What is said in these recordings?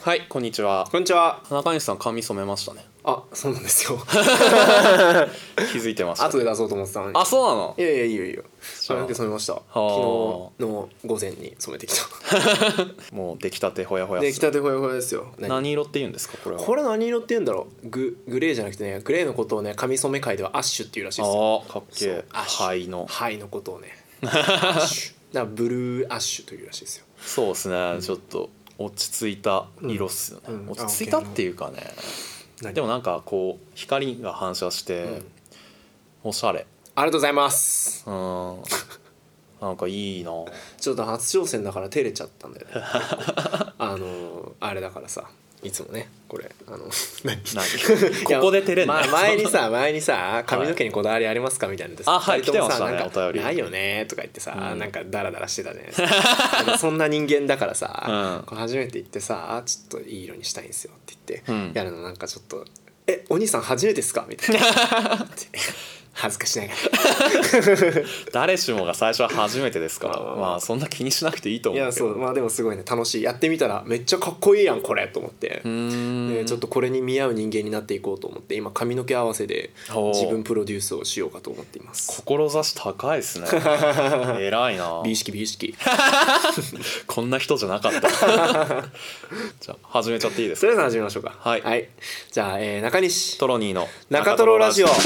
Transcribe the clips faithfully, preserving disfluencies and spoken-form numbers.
はい、こんにちは。 こんにちは。 中西さん、髪染めましたね。 あ、そうなんですよ。 気づいてました、ね。 後で出そうと思ってたのに。 あ、そうなの。 いやいやいいよいいよ。髪の毛染めました。昨日の午前に染めてきた。 もう出来たてほやほや。 出来たてほやほやですよ。 何, 何色って言うんですかこれは。 これ何色って言うんだろう。ググレーじゃなくてね、グレーのことをね、髪染め界ではアッシュっていうらしいですよ。 ああ、かっけえ。灰の灰のことをね。アッシュ。だからブルーアッシュというらしいですよ。 そうですね。うん、ちょっと落ち着いた色っすよね。うんうん、落ち着いたっていうかね。でもなんかこう光が反射して、うん、おしゃれ。 ありがとうございます。 うん。なんかいいな。 ちょっと初挑戦だから照れちゃったんだよね。あのあれだからさ。いつもねこれあの何ここで照れんの、 ま、前にさ前にさ髪の毛にこだわりありますかみたいなあはい来てましたねお便りないよねとか言ってさ、うん、なんかダラダラしてたねなんかそんな人間だからさ、うん、初めて行ってさちょっといい色にしたいんですよって言って、うん、やるのなんかちょっとえお兄さん初めてですかみたいな恥ずかしながら誰しもが最初は初めてですからまあそんな気にしなくていいと思うけど。 いやそうまあでもすごいね楽しいやってみたらめっちゃかっこいいやんこれと思ってうーんでちょっとこれに見合う人間になっていこうと思って今髪の毛合わせで自分プロデュースをしようかと思っています。 志高いですね偉いな。 美意識美意識こんな人じゃなかったじゃあ始めちゃっていいですか。 とりあえず始めましょうか。 はい、 はい、じゃあ、えー、中西トロニーの中トロラジオ。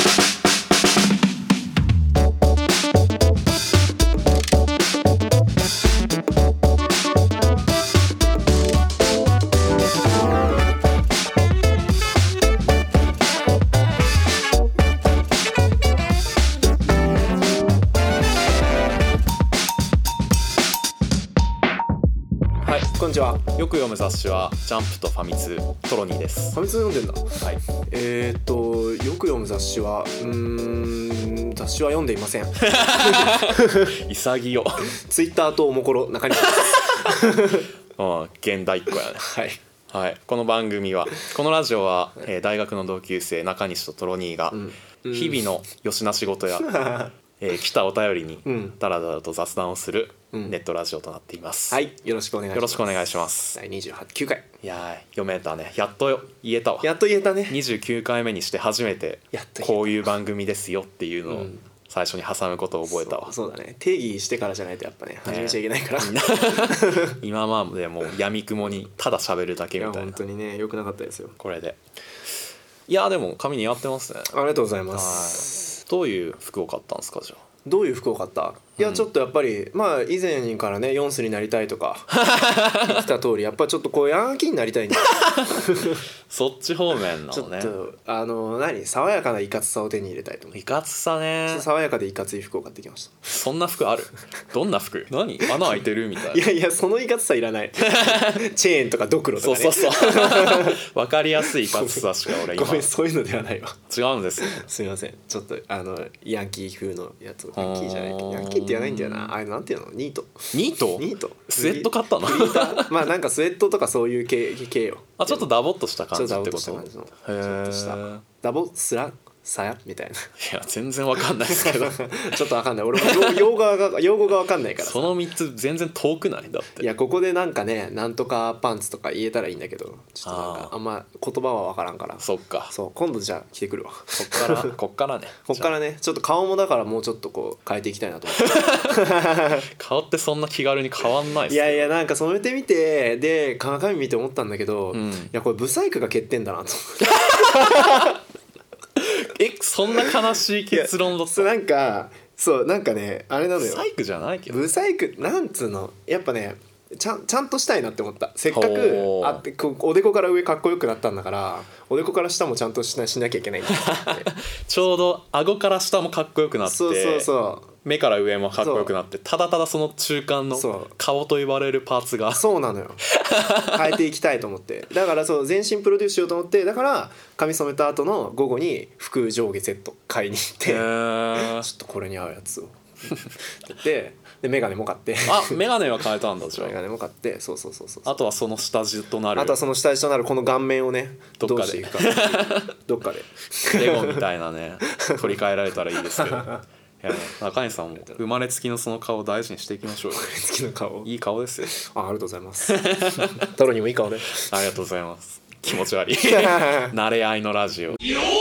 こんにちは。 よく読む雑誌はジャンプとファミ通トロニーです。 ファミ通読んでんだ。 はい。 えー、っとよく読む雑誌はうーん雑誌は読んでいません。 潔。 ツイッターとおもころ中西です。 うん、現代っ子やね。 はい。 はい。この番組はこのラジオは、えー、大学の同級生中西とトロニーが、うん、日々のよしな仕事や、えー、来たお便りにダラダラと雑談をするネットラジオとなっています、 うん、はいよろしくお願いします。 よろしくお願いします。 だいにじゅうきゅうかい。 いや読めたね。やっと言えたわ。 やっと言えたね。 にじゅうきゅうかいめにして初めてこういう番組ですよっていうのを最初に挟むことを覚えたわ、 うん、そう, そうだね。定義してからじゃないとやっぱね始めちゃいけないから、ね、 今までもう闇雲にただ喋るだけみたいな。 いや本当にね良くなかったですよこれで。いやでも髪似合ってますね。 ありがとうございます。 どういう服を買ったんですかじゃあ。 どういう服を買った？いやちょっとやっぱりまあ以前からねヨンスになりたいとか言ってた通りやっぱちょっとこうヤンキーになりたいんだそっち方面なのね。 ちょっとあの何爽やかないかつさを手に入れたいと思って。 いかつさね。 爽やかでいかつい服を買ってきました。 そんな服ある？どんな服？何穴開いてるみたいな。 いやいやそのいかつさいらないチェーンとかドクロとかね。 そうそうそう分かりやすいいかつさしか俺今ごめんそういうのではないわ。 違うんですよ。 すみませんちょっとあのヤンキー風のやつをヤンキーじゃないけどヤンキーって言わないんだよな。あれなんていうのニートニートニートスウェット買ったの？ まあなんかスウェットとかそういう系系よ。 あちょっとダボっとした感じってこと？ ちょっとダボっとした感じのちょっとしたダボスラさやみたいな。いや全然わかんないですけどちょっとわかんない俺も用語が用語がわかんないからさ。 そのみっつ全然遠くないだって。 いやここでなんかねなんとかパンツとか言えたらいいんだけどちょっとなんかあんま言葉はわからんから。 そっか。 そう今度じゃあ着てくるわ。 こっからこっからねこっからねちょっと顔もだからもうちょっとこう変えていきたいなと思って顔ってそんな気軽に変わんないっすよ。 いやいやなんか染めてみてで鏡見て思ったんだけど、うん、いやこれブサイクが欠点だなと思ってえそんな悲しい結論だった？ なんかそうなんかねあれなのよ。 ブサイクじゃないけどブサイクなんつうのやっぱねちゃんちゃんとしたいなって思った。せっかくあっておでこから上かっこよくなったんだからおでこから下もちゃんとし な, しなきゃいけないんだってちょうど顎から下もかっこよくなってそうそうそう目から上もかっこよくなってただただその中間の顔と言われるパーツがそうなのよ変えていきたいと思ってだからそう全身プロデュースしようと思ってだから髪染めた後の午後に服上下セット買いに行ってちょっとこれに合うやつをででメガネも買ってあメガネは変えたんだじゃあメガネも買ってそうそうそうそうあとはその下地となるあとはその下地となるこの顔面をねどっかでどうしていくかどっかでレゴみたいなね取り替えられたらいいですけどいや中西さんも生まれつきのその顔を大事にしていきましょうよ。 生まれつきの顔いい顔ですよ。 あ、ありがとうございますトロにもいい顔でありがとうございます。気持ち悪い慣れ合いのラジオ。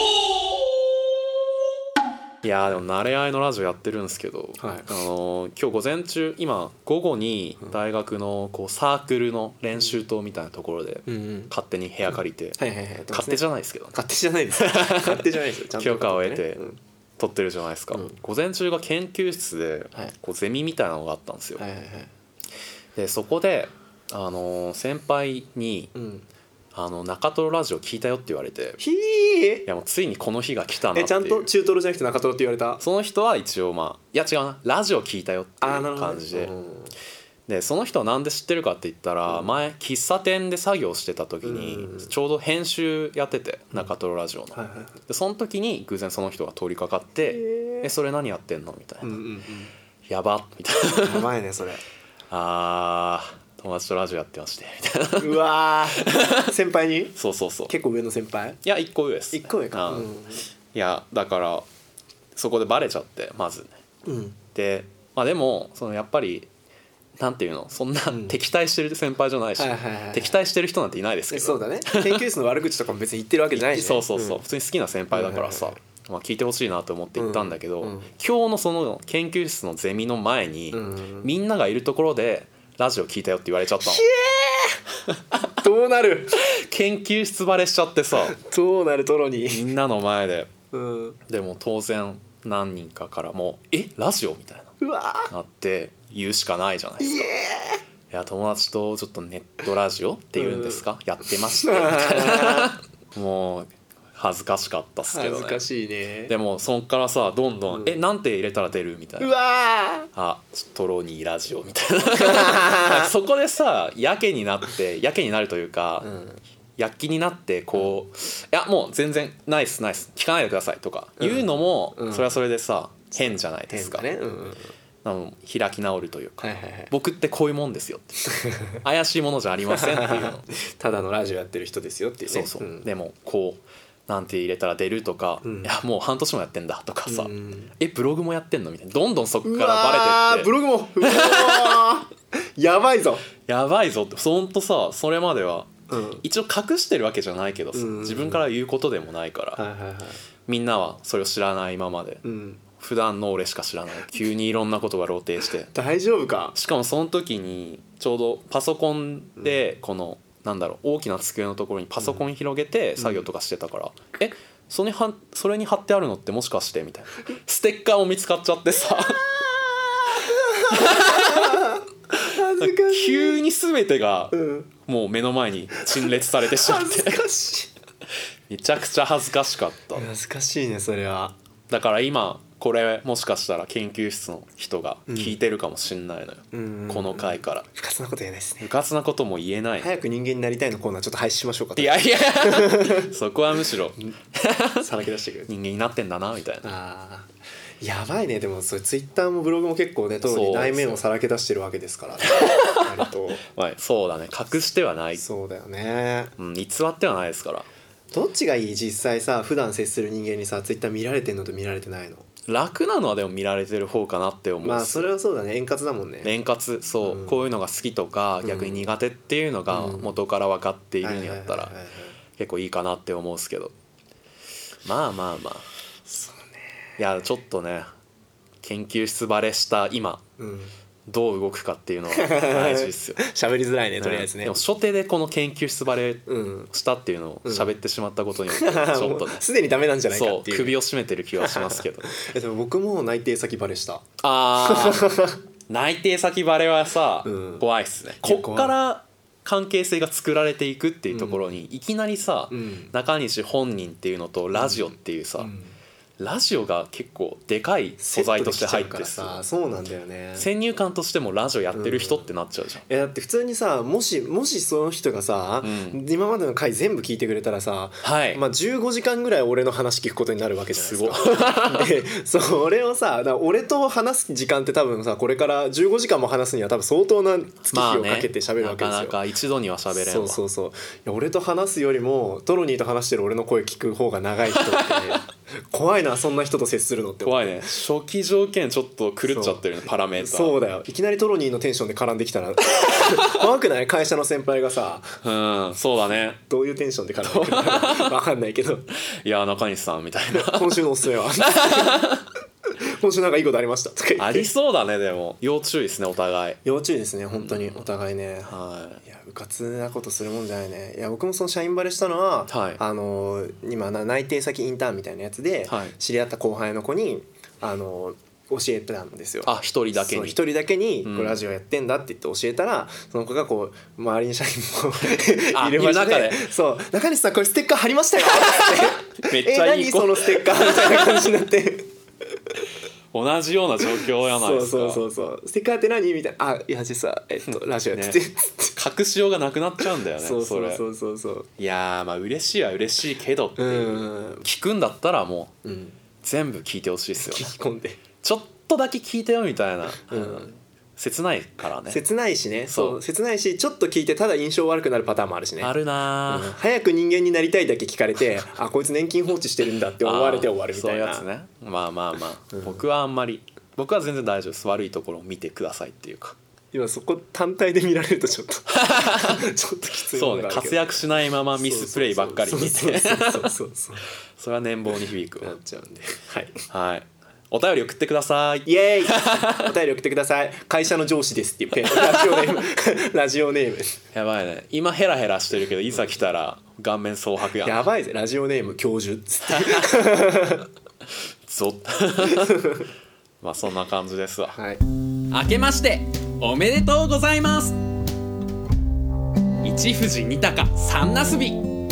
いやでも慣れ合いのラジオやってるんですけど、はい、あの今日午前中今午後に大学のこうサークルの練習棟みたいなところで勝手に部屋借りて、勝手じゃないですけど、ね、 勝手じゃないです勝手じゃないですよ、ちゃんと、 許可を得て撮ってるじゃないですか、うん、午前中が研究室でこうゼミみたいなのがあったんですよ、はいはいはい、でそこであの先輩に、うんあの中トロラジオ聞いたよって言われて、 ひーいやもうついにこの日が来たなっていう。 えちゃんと中トロじゃなくて中トロって言われた。 その人は一応まあいや違うなラジオ聞いたよっていう感じで、でその人はなんで知ってるかって言ったら、うん、前喫茶店で作業してた時にちょうど編集やってて、うん、中トロラジオの、はいはいはい、でその時に偶然その人が通りかかって「えそれ何やってんの?」みたいな、うんうんうん、やばみたいなやばいねそれあー友達とラジオやってましてみたいなうわ先輩にそうそうそう結構上の先輩いやいっこ上ですいっこ上か、うん、 いやだからそこでバレちゃってまずね、うん、でまあでもそのやっぱりなんていうのそんな敵対してる先輩じゃないし、うんはいはいはいはい、敵対してる人なんていないですけどそうだね研究室の悪口とかも別に言ってるわけじゃないし、ね、 そうそうそう、うん、普通に好きな先輩だからさ、はいはいはいまあ、聞いてほしいなと思って行ったんだけど、うんうん、今日のその研究室のゼミの前に、うんうん、みんながいるところでラジオ聞いたよって言われちゃったのどうなる研究室バレしちゃってさどうなるトロにみんなの前で、うん、でも当然何人かからもうえラジオみたいなうわなって言うしかないじゃないですか。いや友達とちょっとネットラジオっていうんですか、うん、やってましたみたいなもう恥ずかしかったっすけどね。 恥ずかしいね。 でもそっからさどんどん、うん、えなんて入れたら出るみたいな。 うわあトロニーラジオみたいなそこでさやけになってやけになるというか、うん、躍起になってこう、うん、いやもう全然ナイスナイス聞かないでくださいとか言うのも、うん、それはそれでさ変じゃないですか。 変だね、うんうん開き直るというか、 はいはいはい、 僕ってこういうもんですよって怪しいものじゃありませんっていうのただのラジオやってる人ですよっていうね。 そうそう、うん、でもこうなんて入れたら出るとか、うん、いやもう半年もやってんだとかさ、うん、えブログもやってんのみたいなどんどんそこからバレてってブログもうわやばいぞやばいぞってほんとさそれまでは、うん、一応隠してるわけじゃないけどさ、うん、自分から言うことでもないから、はいはいはい、みんなはそれを知らないままで、うん普段の俺しか知らない急にいろんなことが露呈して大丈夫か。 しかもその時にちょうどパソコンでこの、うん、なんだろう大きな机のところにパソコン広げて作業とかしてたから、うん、えそれにはそれに貼ってあるのってもしかしてみたいなステッカーも見つかっちゃってさ恥ずかしい急に全てがもう目の前に陳列されてしまって恥ずかしいめちゃくちゃ恥ずかしかった。 恥ずかしいねそれは。 だから今これもしかしたら研究室の人が聞いてるかもしんないのよ、うん、この回から。 不活なこと言えないですね。 不活なことも言えない。 早く人間になりたいのコーナーちょっと廃止しましょうか。 いやいやそこはむしろさらけ出してくる人間になってんだなみたいな。 あやばいね。でもそれツイッターもブログも結構ねトロに内面をさらけ出してるわけですからね割と、 まあ、そうだね隠してはない。 そうだよね、 うん、偽ってはないですから。 どっちがいい実際さ普段接する人間にさツイッター見られてんのと見られてないの。 楽なのはでも見られてる方かなって思う。 まあそれはそうだね円滑だもんね。 円滑そう、うん、こういうのが好きとか、うん、逆に苦手っていうのが元から分かっているんやったら結構いいかなって思うっすけどまあまあまあそうね。 いやちょっとね研究室バレした今、うんどう動くかっていうのは大事ですよ喋りづらいねとりあえずね、 でも初手でこの研究室バレしたっていうのを喋ってしまったことによってちょっとねすでにダメなんじゃないかっていう、 そう首を絞めてる気はしますけどでも僕も内定先バレした。 あ内定先バレはさ、うん、怖いっすね。こっから関係性が作られていくっていうところに、うん、いきなりさ、うん、中西本人っていうのとラジオっていうさ、うんラジオが結構でかい素材として入ってさ。そうなんだよね。 先入観としてもラジオやってる人ってなっちゃうじゃん、 うん、いやだって普通にさもしもしその人がさ、うん、今までの回全部聞いてくれたらさ、はいまあ、じゅうごじかんぐらい俺の話聞くことになるわけじゃないですか。すごいでそれをさだから俺と話す時間って多分さこれからじゅうごじかんも話すには多分相当な月日をかけて喋るわけですよ、まあね、なかなか一度には喋れんわ。 そうそうそういや俺と話すよりもトロニーと話してる俺の声聞く方が長い人って、ね怖いなそんな人と接するのって。 怖いね。初期条件ちょっと狂っちゃってるね、パラメーター。 そうだよ、いきなりトロニーのテンションで絡んできたら怖くない？会社の先輩がさ、 うんそうだね。 どういうテンションで絡んでくるか分かんないけどいや中西さんみたいな今週のおすすめは今週なんかいいことありましたとか言って。 ありそうだね。でも要注意ですねお互い。 要注意ですね本当に、お互いね。 はい。 いやうかつなことするもんじゃないね。いや僕もその社員バレしたのは、 はい、 あの今内定先インターンみたいなやつで、はい、知り合った後輩の子にあの教えてたんですよ。 あ一人だけに一人だけにこれラジオやってんだって言って教えたら、うん、その子がこう周りに社員もいる場所でそう中西さんこれステッカー貼りましたよってめっちゃいい子え何そのステッカーみたいな感じになって同じような状況やないですか。 そうそうそうそうステッカーって何みたいな。あいや実は、えっと、ラジオやってて、ね、 隠しようがなくなっちゃうんだよね。 そうそうそうそうそう。 いやまあ嬉しいは嬉しいけどっていう、うん、聞くんだったらもう、うん、全部聞いてほしいですよ、ね、 聞き込んでちょっとだけ聞いてよみたいな、 うん、 切ないからね。 切ないしね。そう切ないしちょっと聞いてただ印象悪くなるパターンもあるしね。 あるな、 うん、早く人間になりたいだけ聞かれてあこいつ年金放置してるんだって思われて終わるみたいな。 そういうやつね。まあまあまあ、うん、僕はあんまり僕は全然大丈夫です。悪いところを見てくださいっていうか。 今そこ単体で見られるとちょっとちょっときついものがあるけど。そうね活躍しないままミスプレイばっかり見てそれは年俸に響くなっちゃうんではい、 はい、お便り送ってください。 イエーイお便り送ってください。会社の上司ですっていうペンラジオネームラジオネームやばいね。今ヘラヘラしてるけどいざ来たら顔面蒼白やん。 やばいぜ。ラジオネーム教授っつってゾッまあそんな感じですわ。 はい。 明けましておめでとうございます。一富士二鷹三なすび。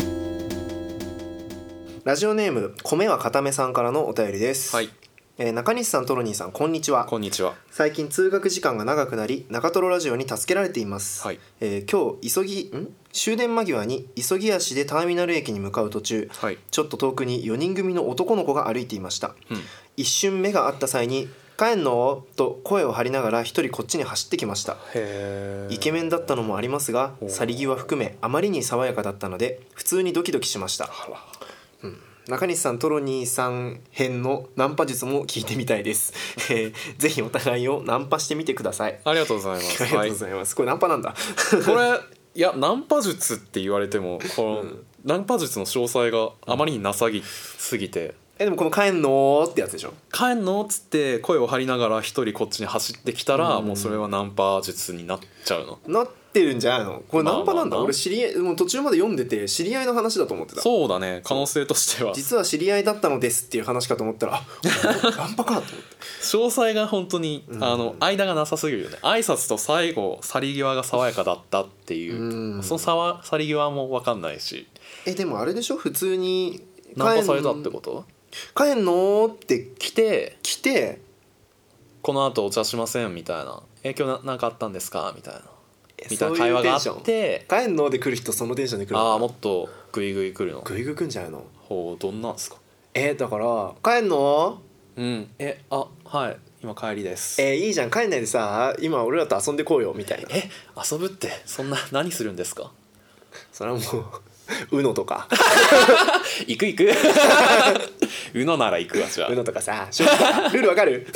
ラジオネーム米は固めさんからのお便りです。 はい。 えー、中西さんトロニーさんこんにちは。 こんにちは。 最近通学時間が長くなり中トロラジオに助けられています。 はい。 えー、今日急ぎん終電間際に急ぎ足でターミナル駅に向かう途中、はい、ちょっと遠くによにん組の男の子が歩いていました。うん、一瞬目が合った際に帰んのと声を張りながら一人こっちに走ってきました。 へー。 イケメンだったのもありますが去り際含めあまりに爽やかだったので普通にドキドキしました。うん、中西さんトロニーさん編のナンパ術も聞いてみたいです、えー、ぜひお互いをナンパしてみてください。 ありがとうございますありがとうございます、はい、これナンパなんだこれいやナンパ術って言われてもこの、うん、ナンパ術の詳細があまりになさぎすぎて、 えでもこの帰んのってやつでしょ。 帰んのっつって声を張りながら一人こっちに走ってきたら、うん、もうそれはナンパ術になっちゃうの。 なってるんじゃないのこれナンパなんだ、まあまあ、俺知り合いもう途中まで読んでて知り合いの話だと思ってた。 そうだね可能性としては実は知り合いだったのですっていう話かと思ったらあナンパかと思って詳細が本当に、うん、あの間がなさすぎるよね。挨拶と最後去り際が爽やかだったっていう、うん、そのさわ去り際も分かんないし。 えでもあれでしょ普通にナンパされたってこと？ 帰んのって来て来てこの後お茶しませんみたいな。え今日何かあったんですかみたいなみたいな会話があって帰んので来る人そのテンションで来る。 ああもっとグイグイ来るの。 グイグイ来るんじゃないの。 ほうどんなんですか。 えだから帰んのうんえあはい今帰りです。 えいいじゃん帰んないでさ今俺らと遊んでこうよみたいな。 え遊ぶってそんな何するんですか。 それはもうウノとか行く行くウノなら行くわ。じゃあウノとかさルールわかる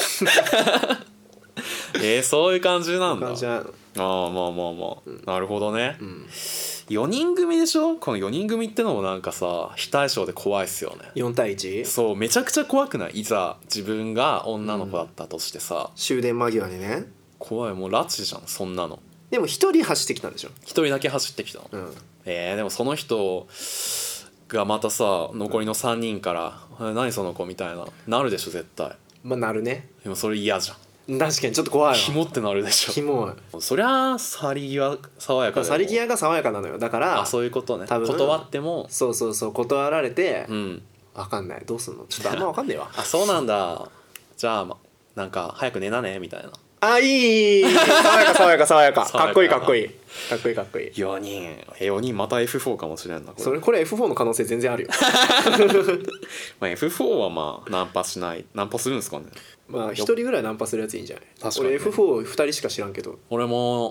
えー、そういう感じなんだ。 感じなの。 ああまあまあまあ、うん、なるほどね、うん、 よにん組でしょ。このよにん組ってのもなんかさ非対称で怖いっすよね。 よん対いち。 そうめちゃくちゃ怖くない。いざ自分が女の子だったとしてさ、うん、 終電間際にね怖い。もう拉致じゃんそんなの。 でも一人走ってきたんでしょ。 一人だけ走ってきたの、うん、えー、でもその人がまたさ残りのさんにんから「うん、何その子」みたいななるでしょ絶対。 まあなるね。 でもそれ嫌じゃん。 確かにちょっと怖いわ。 キモってなるでしょ。 キモい。そりゃ去り際爽やかだよ。 去り際が爽やかなのよ。だからあそういうことね。 多分断ってもそうそうそう断られて、 うん、 分かんないどうすんのちょっとあんま分かんないわあそうなんだ。じゃあ、ま、なんか早く寝なねみたいな。 あいい爽やか爽やか爽やかかっこいいかっこいいかっこいいかっこいい。 よにんえよにんまた エフフォー かもしれんなこれ。 それこれ エフフォー の可能性全然あるよまあ エフフォー はまあナンパしないナンパするんですかね。 まあ一人ぐらいナンパするやついいんじゃない。 確かに、ね、 俺 エフフォーふたりしか知らんけど。 俺も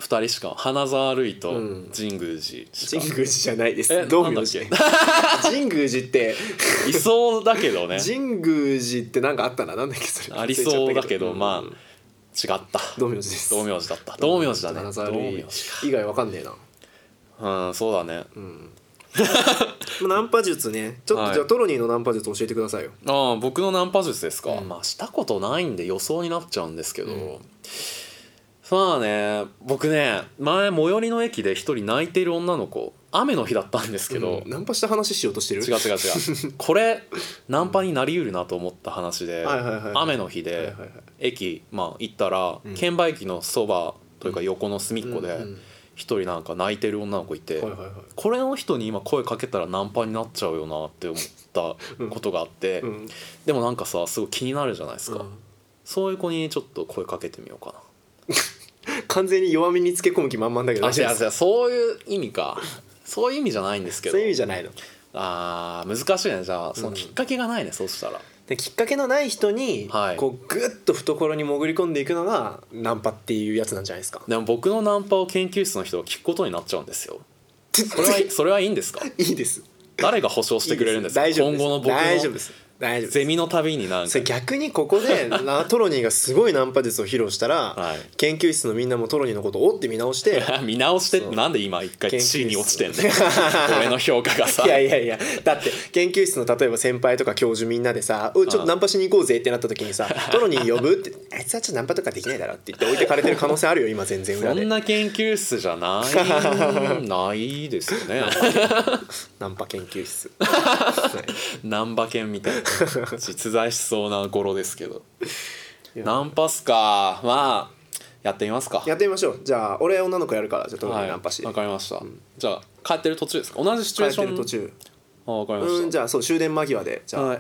ふたりしか花沢類と神宮寺しか、 神宮寺じゃないですえ道明寺神宮寺っていそうだけどね神宮寺ってなんかあったな、なんだっけそれありそうだけど、 うん、 まあ違った道明寺です道明寺だった道明寺だね花沢道明類寺以外わかんねえな。 うんそうだね、 ナンパ術ね、ちょっとじゃあ、はい、トロニーのナンパ術教えてくださいよ。 ああ僕のナンパ術ですか、 うん、 まあしたことないんで予想になっちゃうんですけど、うん、まあね僕ね前最寄りの駅で一人泣いている女の子、雨の日だったんですけど、 うん、ナンパした話しようとしてる？ 違う違う違うこれナンパになりうるなと思った話で、雨の日で駅、まあ、行ったら、うん、券売機のそばというか横の隅っこで、うんうん一人なんか泣いてる女の子いて、はいはいはい、これの人に今声かけたらナンパになっちゃうよなって思ったことがあって、うん、でもなんかさすごい気になるじゃないですか、うん、そういう子にちょっと声かけてみようかな完全に弱みにつけ込む気満々だけど、 あ、違う違うそういう意味かそういう意味じゃないんですけど、 そういう意味じゃないの。 あー難しいね。じゃあそのきっかけがないね、うん、そうしたらできっかけのない人に、はい、こうグッと懐に潜り込んでいくのがナンパっていうやつなんじゃないですか。 でも僕のナンパを研究室の人が聞くことになっちゃうんですよそれはそれはいいんですか？ いいです。 誰が保証してくれるんですか？ いいです。 今後の僕の大丈夫です大丈夫です。 ゼミのたびになんか逆にここでトロニーがすごいナンパ術を披露したら、はい、研究室のみんなもトロニーのことをおって見直して見直してなんで今一回地位に落ちてんの俺の評価がさいやいやいやだって研究室の例えば先輩とか教授みんなでさちょっとナンパしに行こうぜってなった時にさトロニー呼ぶってあいつはちょっとナンパとかできないだろって言って置いてかれてる可能性あるよ今全然裏で。 そんな研究室じゃないないですよねナンパ研究室ナンパ研みたいな実在しそうな語呂ですけどナンパすか、まあやってみますか。 やってみましょう。じゃあ俺女の子やるからじゃあトロニーナンパして。 わ、はい、かりました、うん、じゃあ帰ってる途中ですか？同じシチュエーション。 帰ってる途中。 あ、わかりました。 うん、じゃあそう終電間際でじゃあ、はい、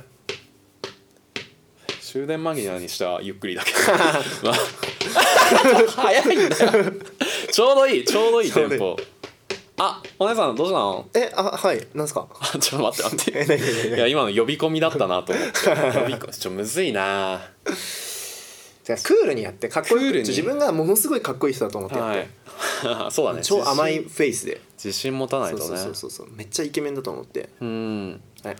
終電間際にしてはゆっくりだけど早いんだよちょうどいいちょうどいいテンポ。あ、お姉さんどうしたの？ え、あ、はい、なんすか？ ちょっと待って待っていや今の呼び込みだったなと思って呼び込みちょっとむずいな。 じゃクールにやってかっこいい。自分がものすごいかっこいい人だと思ってやって、 はい、そうだね。 超甘いフェイスで自信持たないとね。 そうそうそうそうめっちゃイケメンだと思って。 うん、はい、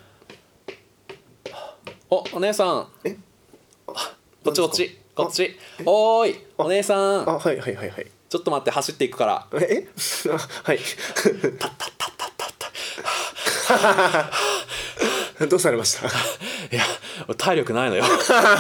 お、 お姉さん。 え、 こっちこっちこっち。おーいお姉さん。 あ、はいはいはいはい。 ちょっと待って走っていくから。 えはいタッタッタッタッタッタどうされました？ いや体力ないのよ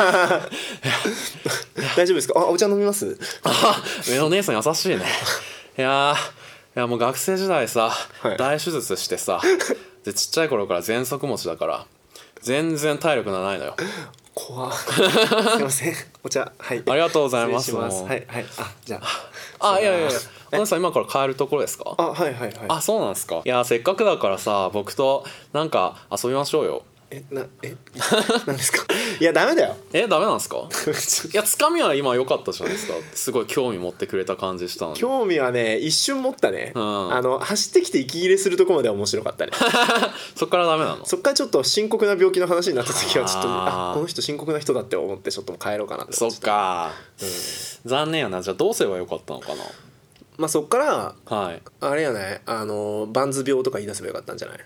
大丈夫ですか？あ、お茶飲みます？ あ、お姉さん優しいね。いやいやもう学生時代さ、はい、大手術してさでちっちゃい頃から喘息持ちだから全然体力がないのよ。 怖すいませんお茶、はい、 ありがとうございます。 はいはいあ、じゃああいやいやいやお姉さん今から帰るところですか？ あ、はいはいはい。 あ、そうなんですか。いやせっかくだからさ僕となんか遊びましょうよ。 え、な、え、なんですか？いやダメだよ。 え、ダメなんですか？いやつかみは今良かったじゃないですか。すごい興味持ってくれた感じしたので。 興味はね一瞬持ったね、 うん、 あの走ってきて息切れするとこまでは面白かったねそっからダメなの？ そっからちょっと深刻な病気の話になった時はちょっとあこの人深刻な人だって思ってちょっと帰ろうかなって。 そっか、うん、残念やな。じゃあどうすればよかったのかな。 まあそっから、 はい、 あれやねあのバンズ病とか言い出せばよかったんじゃない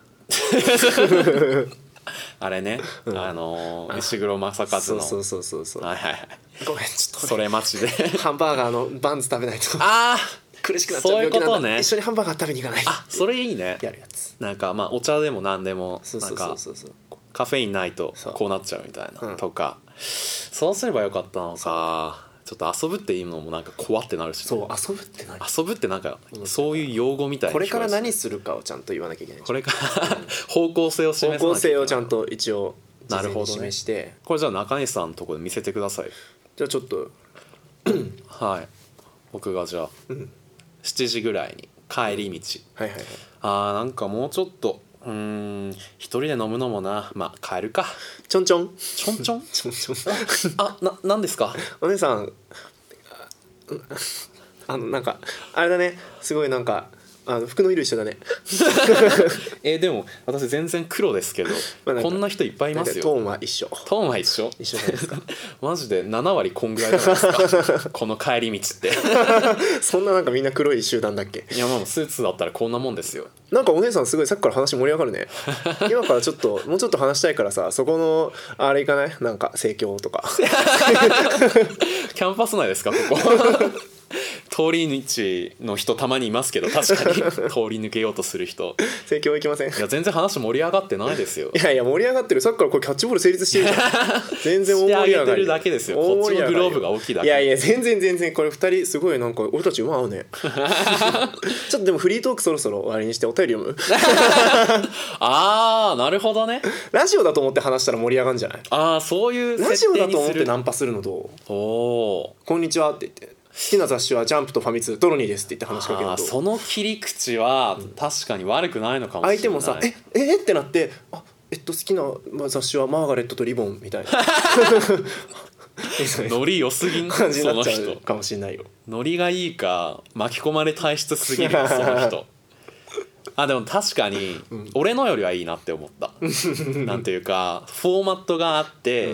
あれね、うん、あのー、石黒正和のそうそうそうそうそうはいはいはいごめんちょっとそれ待ちでハンバーガーのバンズ食べないとあ苦しくなっちゃう病気なんだ。 そういうことね。 一緒にハンバーガー食べに行かない。 あ、それいいね。 やるやつなんかまあお茶でも何でもなんかカフェインないとこうなっちゃうみたいな、うん、とかそうすればよかったのか。ちょっと遊ぶっていうのもなんか怖ってなるし、ね、 そう遊ぶって何遊ぶってなんかそういう用語みたいな、 これから何するかをちゃんと言わなきゃいけない。 これから方向性を示さなきゃいけない。方向性をちゃんと一応事前に示して、ね、 これじゃあ中西さんのところで見せてください。 じゃあちょっとはい僕がじゃあ、うん、しちじぐらいに帰り道、 はいはいはい、 あーなんかもうちょっとうーん一人で飲むのもな、まあ帰るか。 ちょんちょんちょんちょんちょんちょんあななんですかお姉さん。あのなんかあれだねすごいなんかあの服の色一緒だねえー、でも私全然黒ですけど、まあ、こんな人いっぱいいますよ。 トーンは一緒トーンは一緒一緒じゃないですかマジでなな割こんぐらいじゃないですかこの帰り道ってそんななんかみんな黒い集団だっけ。 いやまあスーツだったらこんなもんですよ。 なんかお姉さんすごいさっきから話盛り上がるね今からちょっともうちょっと話したいからさ、そこのあれいかない、なんか生協とかキャンパス内ですかここ通り道の人たまにいますけど、確かに通り抜けようとする人生協行きません。いや全然話盛り上がってないですよ。 いやいや盛り上がってる。さっきからこれキャッチボール成立してるじゃん全然大盛り上がりしてあげてるだけですよ。こっちのグローブが大きいだけ。 いやいや全然全然これふたりすごいなんか俺たち馬合うねちょっとでもフリートークそろそろ終わりにしてお便り読むあーなるほどね。 ラジオだと思って話したら盛り上がるんじゃない。 ああそういうラジオだと思っ設定にする。 てナンパするのどう。 おこんにちはって言って好きな雑誌はジャンプとファミ通トロニーですって言って話しかけるのと、 あーその切り口は確かに悪くないのかもしれない。 相手もさえええってなってあえっと好きな雑誌はマーガレットとリボンみたいなノリ良すぎん感じにそのなっちゃう人。 かもしれないよ。 ノリがいいか巻き込まれ体質すぎるその人あでも確かに俺のよりはいいなって思ったなんていうかフォーマットがあって、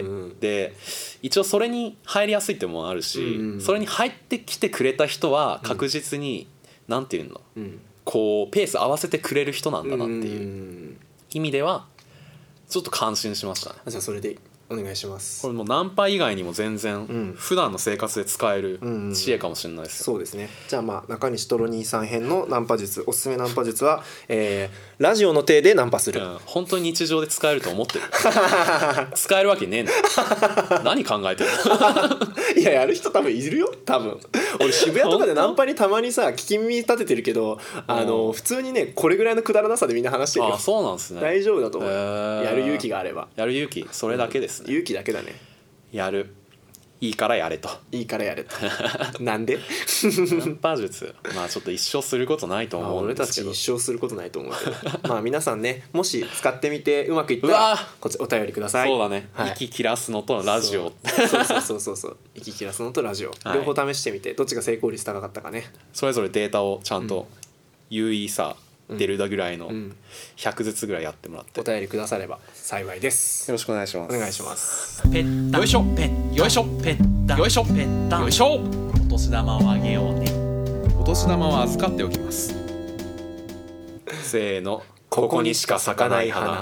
うんうん、で一応それに入りやすいってものあるし、うんうん、それに入ってきてくれた人は確実に、うん、なんていうの、うん、こうペース合わせてくれる人なんだなっていう意味ではちょっと感心しましたね。 じゃあそれでお願いします。 これもうナンパ以外にも全然普段の生活で使える知恵かもしれないですよ、 うんうん、そうですね。じゃあまあ中西トロニーさん編のナンパ術、おすすめナンパ術は、えー、ラジオの体でナンパする、うん、 本当に日常で使えると思ってる使えるわけねえんだ何考えてるいややる人多分いるよ多分。俺渋谷とかでナンパにたまにさ聞き耳立ててるけど、あの普通にねこれぐらいのくだらなさでみんな話してるよ。 あそうなんですね。 大丈夫だと思う、えー、やる勇気があれば。 やる勇気それだけです、 うん、勇気だけだね。 やるいいからやれといいからやれとなんでナンパ術まあちょっと一生することないと思うんですけど、 俺たち一生することないと思うけどまあ皆さんねもし使ってみてうまくいったらこっちお便りください。 そうだね、はい、息切らすのとラジオそうそうそうそうそう息切らすのとラジオ、はい、両方試してみてどっちが成功率高かったかね。 それぞれデータをちゃんと有意差、うん、出るだぐらいのひゃくずつぐらいやってもらって、 お便りくだされば幸いです。 よろしくお願いします。 お願いします。 ペッタよいしょペッよいしょペッタよいしょペッタよいしょ。お年玉をあげようね。 お年玉は預かっておきます。せーの、ここにしか咲かない花。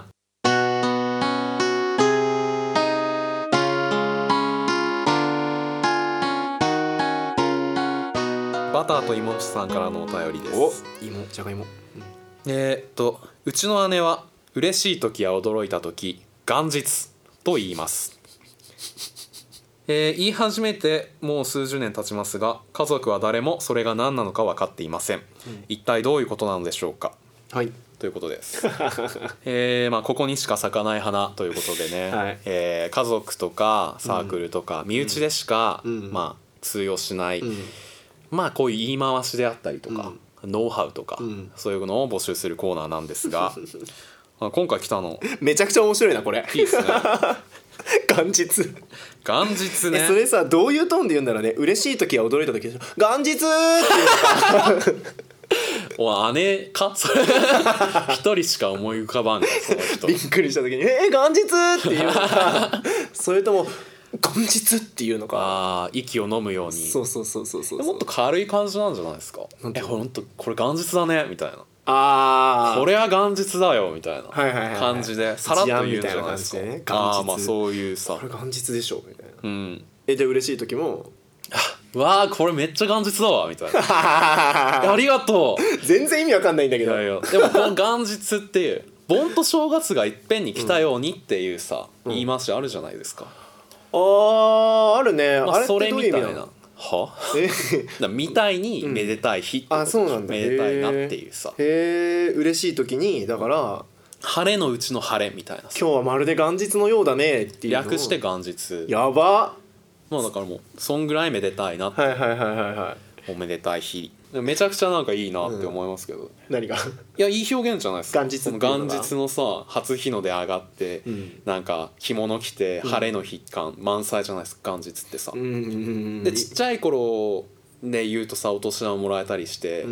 バターと芋さんからのお便りです。 お芋じゃがいも、うん、 えー、っとうちの姉は嬉しい時や驚いた時元日と言います、えー、言い始めてもう数十年経ちますが家族は誰もそれが何なのか分かっていません、うん、一体どういうことなのでしょうか。 はいということです、えーまあ、ここにしか咲かない花ということでね、はいえー、家族とかサークルとか、うん、身内でしか、うんまあ、通用しない、うんまあこういう言い回しであったりとか、うん、ノウハウとか、うん、そういうのを募集するコーナーなんですが今回来たのめちゃくちゃ面白いなこれ。 いいですね元日元日ね。 それさどういうトーンで言うんだろうね。嬉しい時は驚いた時元日っていうお姉かそれ一人しか思い浮かばんその人。 びっくりした時にえー、元日っていうのかそれとも元日っていうのか。 あ息を飲むように。 そうそうそうそうそう。 もっと軽い感じなんじゃないですか。えほんとこれ元日だねみたいな。 あこれは元日だよみたいな感じでさらっと言うんじゃないですか。 ね、 あまあそういうさこれ元日でしょみたいな、 うん、 えじゃあ嬉しい時もあわあこれめっちゃ元日だわみたいなありがとう全然意味わかんないんだけど。 いやいやでもこの元日っていう盆と正月がいっぺんに来たようにっていうさ、うん、言い回しあるじゃないですか。 あーあるね、 まあ、 あれってそれどういう意味なの。 みたいなはだみたいにめでたい日ってこと、うん、あそうなんだめでたいなっていうさ。 へえ嬉しい時にだから晴れのうちの晴れみたいな今日はまるで元日のようだねっていうのを略して元日。 やばまあだからもうそんぐらいめでたいなって、 はいはいはいはいはい、 おめでたい日めちゃくちゃなんかいいなって思いますけど、うん、 何がいやいい表現じゃないですか。 元日元日のさ初日の出上がって、うん、なんか着物着て晴れの日感満載じゃないですか元日ってさ、うん、でちっちゃい頃で言うとさお年玉もらえたりして、うん、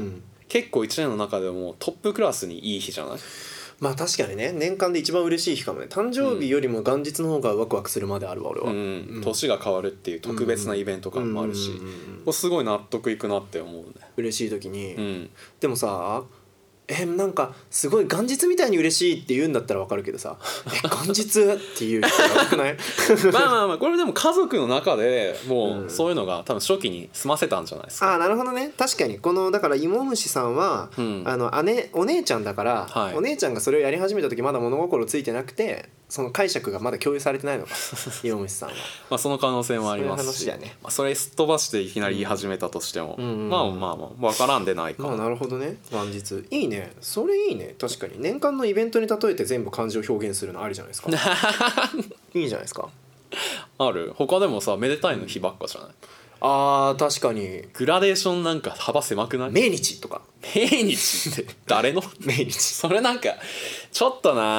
結構いちねんの中でもトップクラスにいい日じゃない？ まあ確かにね、年間で一番嬉しい日かもね。誕生日よりも元日の方がワクワクするまであるわ俺は、 うんうん、年が変わるっていう特別なイベント感もあるし、これすごい納得いくなって思うね。 嬉しい時に、 うん、 でもさえなんかすごい元日みたいに嬉しいって言うんだったら分かるけどさえ元日っていう人が多くない？ まあまあまあこれでも家族の中でもうそういうのが多分初期に済ませたんじゃないですか。 ああなるほどね。確かにこのだから芋虫さんは、うん、あの姉お姉ちゃんだから、はい、お姉ちゃんがそれをやり始めた時まだ物心ついてなくてその解釈がまだ共有されてないのか芋虫さんはまあその可能性もありますし、 そういう話だね。 まあ、それすっ飛ばしていきなり言い始めたとしても、うんうん、まあまあまあ分からんでないかな。 まあなるほどね。元日いいね。それいいね。確かに年間のイベントに例えて全部漢字を表現するのありじゃないですか。いいじゃないですか。 ある他でもさめでたいの日ばっかじゃない？ あー確かにグラデーションなんか幅狭くない？ 命日とか命日って誰の命日それなんかちょっとな、うん、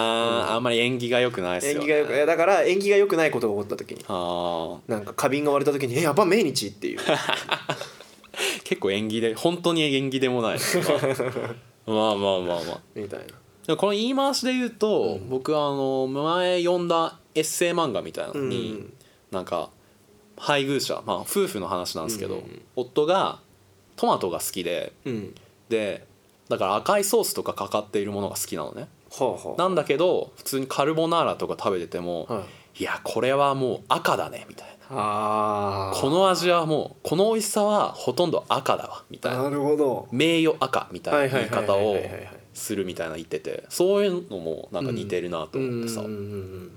あんまり縁起が良くないですよね。 縁起がよくだから縁起が良くないことが起こった時にあなんか花瓶が割れた時にえやば命日っていう結構縁起で本当に縁起でもないまあまあまあまあまあみたいな。 この言い回しで言うと、うん、僕はあの前読んだエッセイ漫画みたいなのに、うん、なんか配偶者、まあ、夫婦の話なんですけど、うん、夫がトマトが好きで、うん、でだから赤いソースとかかかっているものが好きなのね、はあはあ、なんだけど普通にカルボナーラとか食べてても、はい、いやこれはもう赤だねみたいな、あこの味はもうこの美味しさはほとんど赤だわみたいな、 なるほど名誉赤みたいな言い方をするみたいな言ってて、そういうのもなんか似てるなと思ってさ、うん、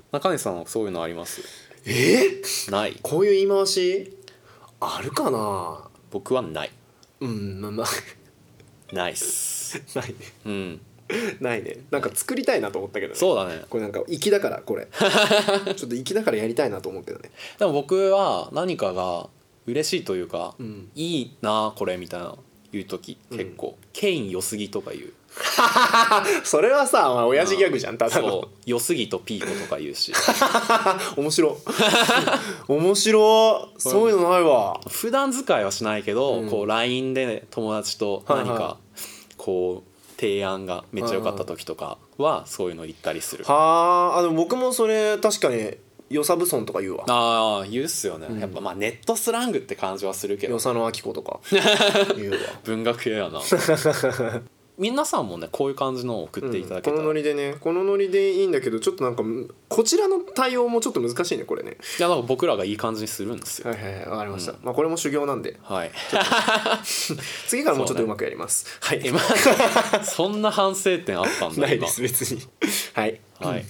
中西さんはそういうのあります？ えー、ない。 こういう言い回しあるかな。 僕はない。 うんまあまあないっすないね。 うんないね。なんか作りたいなと思ったけどね。 そうだね。 これなんか粋だからこれちょっと粋だからやりたいなと思うけどね。 でも僕は何かが嬉しいというか、うん、いいなこれみたいな言う時結構、うん、ケイン良すぎとか言うそれはさ、まあ、親父ギャグじゃんただの。 そう良すぎとピーコとか言うし面白面白そういうのないわ。 普段使いはしないけど、うん、こう ライン で、ね、友達と何かこう提案がめっちゃ良かった時とかはそういうの言ったりする。 はあ。でも僕もそれ確かによさぶそんとか言うわ。 ああ言うっすよね、うん、やっぱまあネットスラングって感じはするけど、 与謝野晶子とか言うわ文学系やな皆さんもねこういう感じのを送っていただけたら、 うん、このノリでねこのノリでいいんだけどちょっとなんかこちらの対応もちょっと難しいねこれね。 いやなんか僕らがいい感じにするんですよ。 はいはいはいわかりました、うん、まあこれも修行なんで、 はい、 次からもうちょっとうまくやります、ね、 はいそんな反省点あったんだないです別にはいはい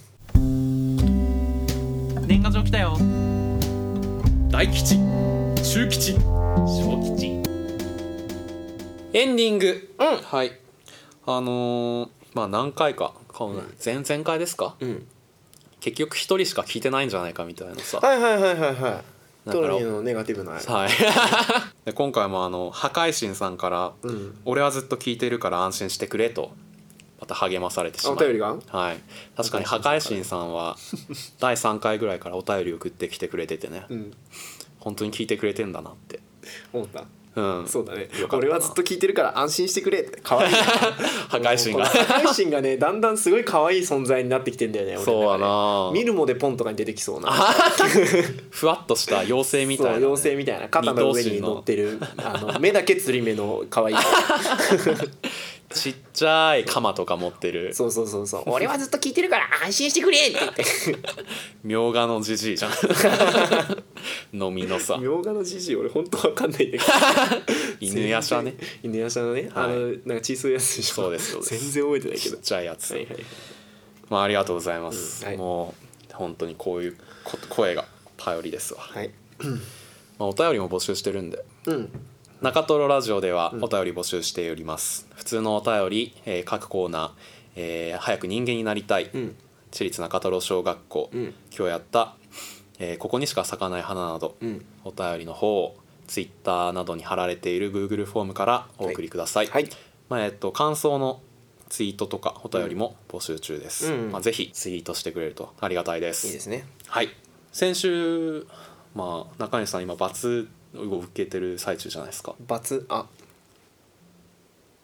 年賀状来たよ。大吉中吉小吉エンディング、 うん、 はいあのー、まあ何回か前々回ですか、うん、結局一人しか聞いてないんじゃないかみたいなさ。 はいはいはいはいはいトロニーのネガティブな、 はいで今回もあの破壊神さんから、うん、俺はずっと聞いてるから安心してくれとまた励まされてしまう。 お便りが、 はい、確かに破壊神さんはだいさんかいぐらいからお便り送ってきてくれててね、うん、本当に聞いてくれてんだなって思った。 うん、 そうだね。俺はずっと聞いてるから安心してくれって可愛い破壊神が破壊神がねだんだんすごい可愛い存在になってきてんだよね。 そうだな。 見るもでポンとかに出てきそうなふわっとした妖精みたいな、ね、 そう妖精みたいな肩の上に乗ってるあの目だけつり目の可愛いちっちゃい鎌とか持ってる。 そうそうそうそう俺はずっと聞いてるから安心してくれって言ってみょうがのじじいじゃん飲みのさみょうがのじじい俺本当わかんないんだけど犬やしゃね犬やしゃのね、はい、あのなんか小さいやつでしょ。 そうですそうです全然覚えてないけどちっちゃいやつ、 はいはいはい、 まあありがとうございます、 うんはい、 もう本当にこういう声が頼りですわ、 はいまあ、お便りも募集してるんで、 うん中トロラジオではお便り募集しております、うん、普通のお便り、えー、各コーナー、えー、早く人間になりたい、うん、私立中トロ小学校、うん、今日やった、えー、ここにしか咲かない花など、うん、お便りの方をツイッターなどに貼られている Google フォームからお送りください、はいはい、まあえっと、感想のツイートとかお便りも募集中です、うんまあ、ぜひツイートしてくれるとありがたいです。 いいですね。 はい先週、まあ、中西さん今罰を受けてる最中じゃないですか。 罰あ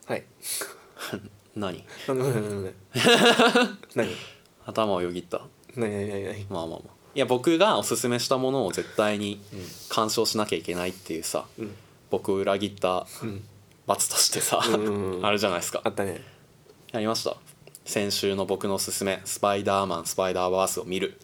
はい何何何何頭をよぎった。 何何何何まあまあまあいや僕がおすすめしたものを絶対に鑑賞しなきゃいけないっていうさ、うん、僕を裏切った罰としてさ、うんうんうん、あるじゃないですか。 あったね。 やりました。先週の僕のおすすめスパイダーマンスパイダーバースを見る。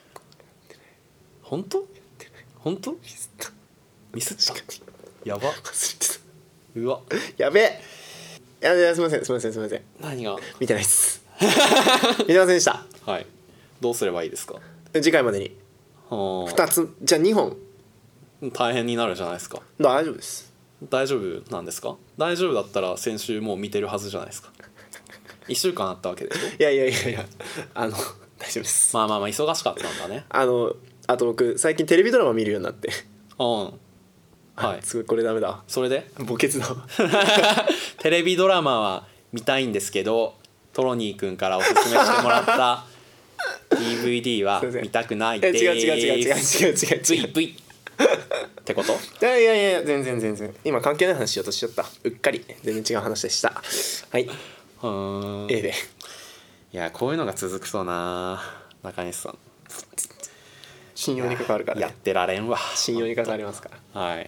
本当本当ミスったミスったやばうわやべえ。いやいやすみませんすみませんすみません。 何が見てないっす見てませんでした。 はい。どうすればいいですか。 次回までにふたつじゃあにほん。 大変になるじゃないですか。 大丈夫です。 大丈夫なんですか。大丈夫だったら先週もう見てるはずじゃないですか。いっしゅうかんあったわけでしょ。 いやいやいやいやあの大丈夫です。 まあまあまあ忙しかったんだね。 あのあと僕最近テレビドラマ見るようになって。 うんはい。 すごいこれダメだ。 それで墓穴だテレビドラマは見たいんですけどトロニー君からおすすめしてもらったディーブイディー は見たくないです。 違う違う違う違う違う違う違うブイブイってこと。 いやいやいや全然全然今関係ない話しようとしちゃった。うっかり全然違う話でした。はい。 うん A でいやこういうのが続くとな中西さん信用に関わるから、ね、 やってられんわ。 信用に関わりますから。 はい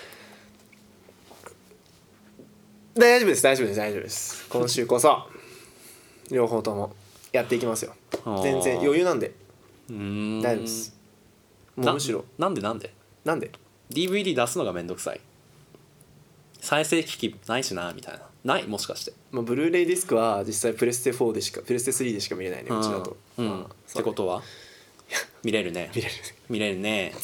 大丈夫です大丈夫です大丈夫です。今週こそ両方ともやっていきますよ。全然余裕なんでうーん大丈夫です。もうむしろな、なんでなんでなんでディーブイディー 出すのがめんどくさい。再生機器ないしなみたいな。ないもしかして、 まあ、ブルーレイディスクは実際プレステフォーでしかプレステスリーでしか見れないねうちだと、 うんまあ、 ってことは見れるね見れる見れるね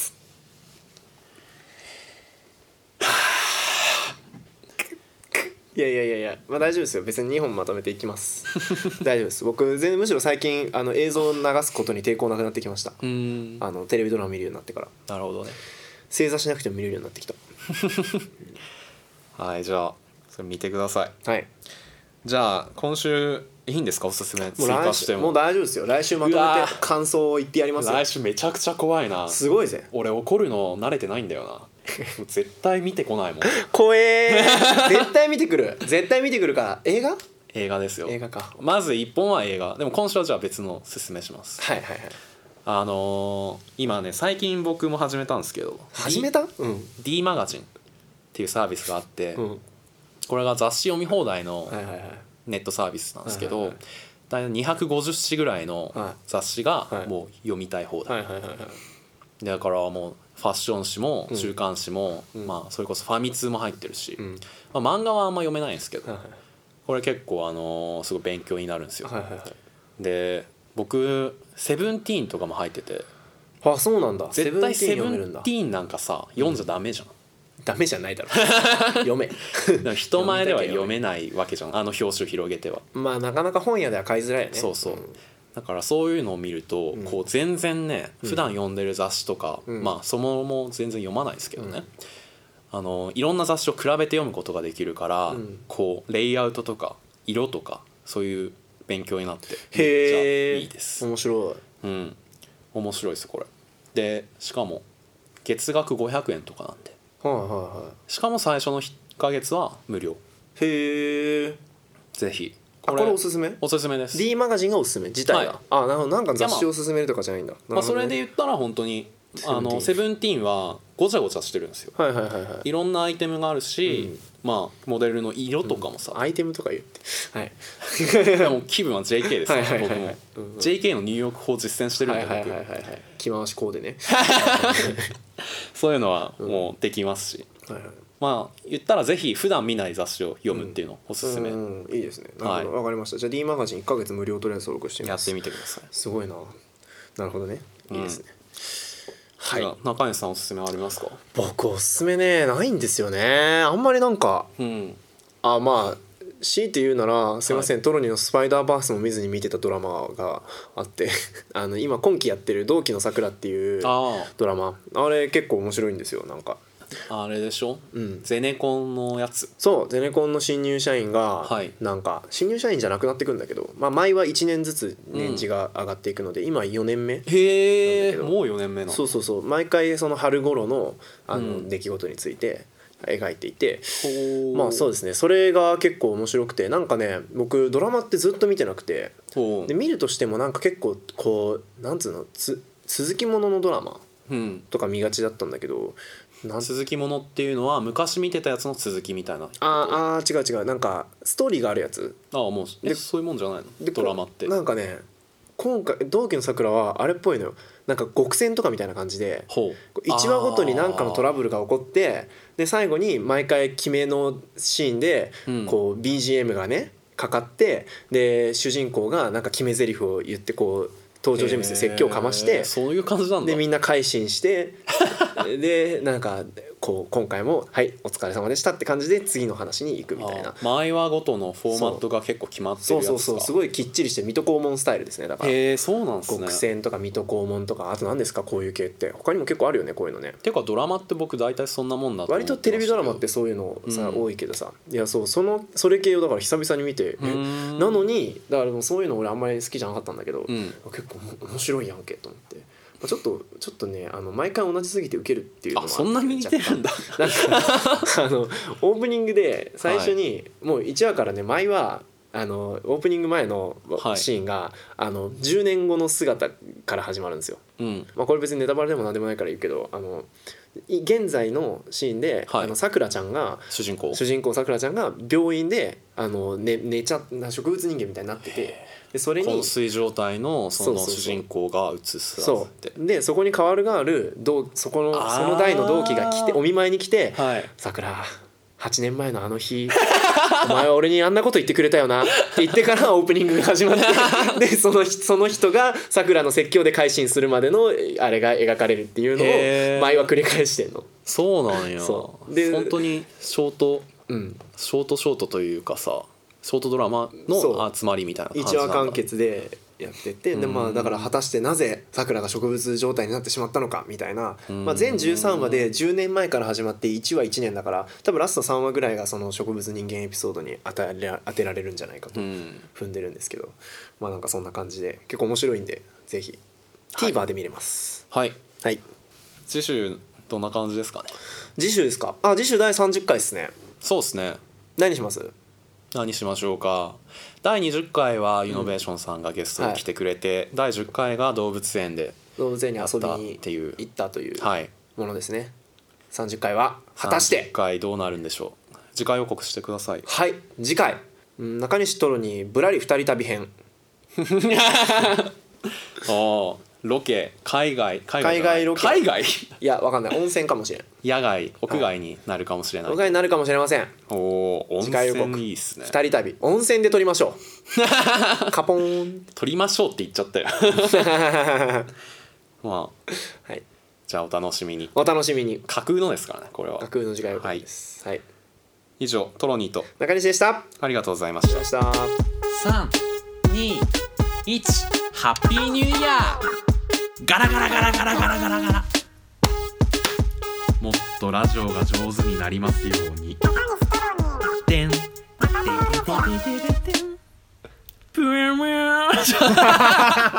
いやいやいやいや、まあ、大丈夫ですよ。別ににほんまとめていきます大丈夫です。僕全むしろ最近あの映像を流すことに抵抗なくなってきました。 うんあのテレビドラマ見るようになってから。 なるほどね。 正座しなくても見れるようになってきたはいじゃあそれ見てください。 はい。 じゃあ今週いいんですかおすすめ追もう加しても。 もう大丈夫ですよ。来週まとめて感想を言ってやりますよ。 来週めちゃくちゃ怖いな。 すごいぜ。 俺怒るの慣れてないんだよなもう絶対見てこないもん怖えー絶対見てくる絶対見てくるから。映画映画ですよ。 映画か。 まずいっぽんは映画でも今週はじゃあ別の勧めします。 はいはいはい。 あのー、今ね最近僕も始めたんですけど始めた、 D、うん、D マガジンっていうサービスがあって、うん、これが雑誌読み放題のネットサービスなんですけど、大体にひゃくごじゅっしぐらいの雑誌がもう読みたい放題だからもうファッション誌も週刊誌も、うん、まあそれこそファミ通も入ってるし、うんまあ、漫画はあんま読めないんですけど、これ結構あのー、すごい勉強になるんですよ。で僕セブンティーンとかも入ってて。 あそうなんだ。 絶対セブンティーンなんかさ読んじゃダメじゃん、 うん、ダメじゃないだろ読め人前では読めないわけじゃんあの表紙を広げては。 まあなかなか本屋では買いづらいよね。 そうそう、うん、だからそういうのを見ると、うん、こう全然ね普段読んでる雑誌とか、うん、まあそもそも全然読まないですけどね、うん、あのいろんな雑誌を比べて読むことができるから、うん、こうレイアウトとか色とかそういう勉強になってめっちゃいいです。 面白い。うん面白いですこれで。しかも月額ごひゃくえんとかなんで、 はいはいはい、 しかも最初のいっかげつは無料。 へえ。 ぜひこれ、これおすすめおすすめです。 D マガジンがおすすめ自体が、はい、あなるほど。なんか雑誌を勧めるとかじゃないんだ。 まあ、それで言ったら本当にあのセブンティーンはごちゃごちゃしてるんですよ。 はいはいはいはい。 いろんなアイテムがあるし、うん、まあモデルの色とかもさ、 うん、アイテムとか言ってはいでも気分は ジェーケー ですから、はいはいはいはい、僕も、うんうん、ジェーケー のニューヨーク法実践してるんで、 はいはいはいはい、着回しコーデねそういうのはもうできますし、うんはいはい、まあ言ったらぜひ普段見ない雑誌を読むっていうのをおすすめ、 うんうん、いいですね。なるほど、はい、分かりました。じゃあ D マガジンいっかげつ無料とりあえず登録してみます。 やってみてください。 すごいな。なるほどね。いいですね、 うん、はい。中西さんおすすめありますか？ 僕おすすめねないんですよね。あんまりなんか、うん、あまあ強いて言うならすいません、はい、トロニーのスパイダーバースも見ずに見てたドラマがあってあの今今期やってる同期の桜っていうドラマ あ, あれ結構面白いんですよ。なんかあれでしょ、 うん、 ゼネコンのやつ。 そうゼネコンの新入社員が、はい、なんか新入社員じゃなくなってくんだけど、まあ、毎はいちねんずつ年次が上がっていくので、うん、今よねんめ。 へえもうよねんめなの。 そうそうそう毎回その春頃のあの、うん、出来事について描いていて、まあそうですね、それが結構面白くて、なんかね僕ドラマってずっと見てなくて、で見るとしてもなんか結構こうなんつうのつ続きもののドラマとか見がちだったんだけど、 なん続きものっていうのは昔見てたやつの続きみたいな。 ああ違う違う、なんかストーリーがあるやつ。 ああもうえそういうもんじゃないのドラマって。 なんかね今回同期の桜はあれっぽいのよ、なんか極戦とかみたいな感じでいちわごとに何かのトラブルが起こって、で最後に毎回決めのシーンでこう ビージーエム がねかかって、で主人公がなんか決め台詞を言ってこう登場人物で説教をかまして、 そういう感じなんだ。 でみんな改心してでなんかこう今回もはいお疲れ様でしたって感じで次の話に行くみたいな。 毎話ごとのフォーマットが結構決まってるやつか。 そうそうそうすごいきっちりして水戸黄門スタイルですね。だからへえそうなんですね。 極戦とか水戸黄門とかあと何ですかこういう系って他にも結構あるよねこういうのね。 ていうかドラマって僕大体そんなもんだと思ってました割とテレビドラマってそういうのさ、うん、多いけどさ、いやそうそのそれ系をだから久々に見てなのにだからもうそういうの俺あんまり好きじゃなかったんだけど、うん、結構面白いやんけと思って。ちょっとちょっとねあの毎回同じすぎてウケるっていうのもあって、 あそんなに似てるんだ。 なんかあのオープニングで最初にもういちわからね毎話あのオープニング前のシーンが、はい、あのじゅうねんごの姿から始まるんですよ、うんまあ、これ別にネタバレでもなんでもないから言うけどあの現在のシーンでさくらちゃんが主人公主人公さくらちゃんが病院であの、ね、寝ちゃ植物人間みたいになってて、でそれに昏睡状態のその主人公が映すそうでそこに代わるがある同そこのその代の同期が来てお見舞いに来て「さくらはちねんまえのあの日お前は俺にあんなこと言ってくれたよな」って言ってからオープニングが始まってでそのその人がさくらの説教で改心するまでのあれが描かれるっていうのを毎話繰り返してんの。 そうなんや。そうで本当にショート、うん、ショートショートというかさショートドラマの集まりみたいな感じなんだ。 いちわ完結でやってて、でまあだから果たしてなぜさくらが植物状態になってしまったのかみたいな、まあ、全じゅうさんわでじゅうねんまえから始まっていちわいちねんだから多分ラストさんわぐらいがその植物人間エピソードに当てら当てられるんじゃないかと踏んでるんですけど、まあなんかそんな感じで結構面白いんでぜひ TVer で見れます。 はい、 はい、 次週どんな感じですかね。 次週ですか。あ次週だいさんじゅっかいですね。 そうですね。 何します？ 何しましょうか。だいにじゅっかいはイノベーションさんがゲストに来てくれて、うんはい、だいじゅっかいが動物園で動物園に遊びに行ったというものですね、はい、さんじゅっかいは果たしてさんじゅっかいどうなるんでしょう。次回予告してください。 はい、次回中西トロにぶらりふたり旅編あロケ海外海外海外ロケ海外いやわかんない温泉かもしれん野外屋外になるかもしれない、 はい、屋外になるかもしれません。 おお温泉いいっすね。 ふたり旅温泉で撮りましょうカポーン撮りましょうって言っちゃったよまあ、はい、じゃあお楽しみに。 お楽しみに。 架空のですからねこれは。 架空の次回予告です、はいはい、 以上トロニーと中西でした。 ありがとうございました。 さんにいちハッピーニューイヤー。ガラガラガラガラガラガラガラ。もっとラジオが上手になりますように。てんてんてんてんてんてんぷやむや